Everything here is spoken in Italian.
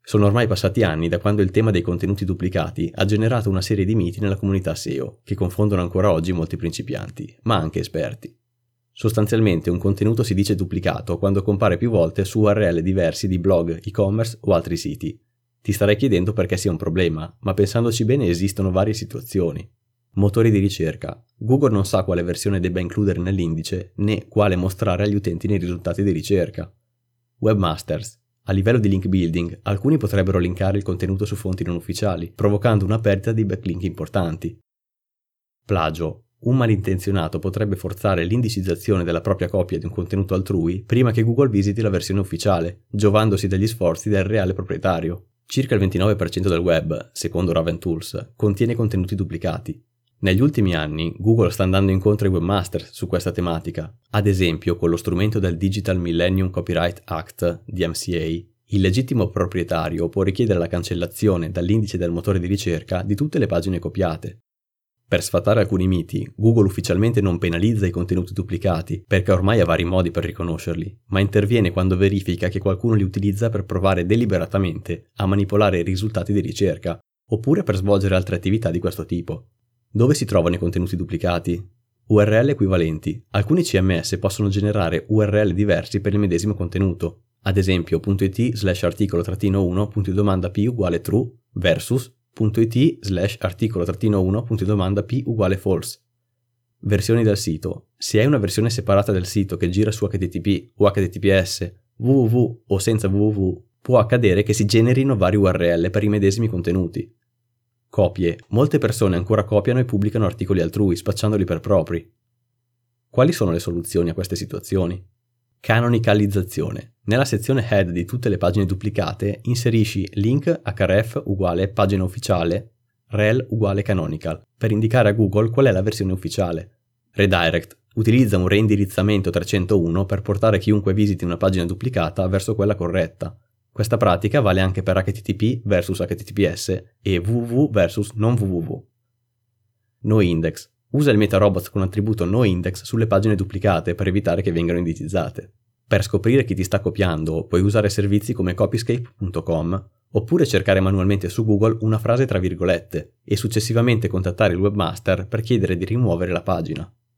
Sono ormai passati anni da quando il tema dei contenuti duplicati ha generato una serie di miti nella comunità SEO, che confondono ancora oggi molti principianti, ma anche esperti. Sostanzialmente un contenuto si dice duplicato quando compare più volte su URL diversi di blog, e-commerce o altri siti. Ti starei chiedendo perché sia un problema, ma pensandoci bene esistono varie situazioni. Motori di ricerca. Google non sa quale versione debba includere nell'indice, né quale mostrare agli utenti nei risultati di ricerca. Webmasters. A livello di link building, alcuni potrebbero linkare il contenuto su fonti non ufficiali, provocando una perdita di backlink importanti. Plagio. Un malintenzionato potrebbe forzare l'indicizzazione della propria copia di un contenuto altrui prima che Google visiti la versione ufficiale, giovandosi degli sforzi del reale proprietario. Circa il 29% del web, secondo Raven Tools, contiene contenuti duplicati. Negli ultimi anni Google sta andando incontro ai webmaster su questa tematica, ad esempio con lo strumento del Digital Millennium Copyright Act, DMCA, il legittimo proprietario può richiedere la cancellazione dall'indice del motore di ricerca di tutte le pagine copiate. Per sfatare alcuni miti, Google ufficialmente non penalizza i contenuti duplicati perché ormai ha vari modi per riconoscerli, ma interviene quando verifica che qualcuno li utilizza per provare deliberatamente a manipolare i risultati di ricerca, oppure per svolgere altre attività di questo tipo. Dove si trovano i contenuti duplicati? URL equivalenti. Alcuni CMS possono generare URL diversi per il medesimo contenuto. Ad esempio .it/articolo-1 P uguale true versus .it/articolo-1 P uguale false. Versioni del sito. Se hai una versione separata del sito che gira su HTTP o HTTPS, www o senza www, può accadere che si generino vari URL per i medesimi contenuti. Copie. Molte persone ancora copiano e pubblicano articoli altrui, spacciandoli per propri. Quali sono le soluzioni a queste situazioni? Canonicalizzazione. Nella sezione head di tutte le pagine duplicate inserisci link href uguale pagina ufficiale, rel uguale canonical, per indicare a Google qual è la versione ufficiale. Redirect. Utilizza un reindirizzamento 301 per portare chiunque visiti una pagina duplicata verso quella corretta. Questa pratica vale anche per HTTP versus HTTPS e www versus non www. NoIndex. Usa il MetaRobots con attributo NoIndex sulle pagine duplicate per evitare che vengano indicizzate. Per scoprire chi ti sta copiando, puoi usare servizi come copyscape.com oppure cercare manualmente su Google una frase tra virgolette e successivamente contattare il webmaster per chiedere di rimuovere la pagina.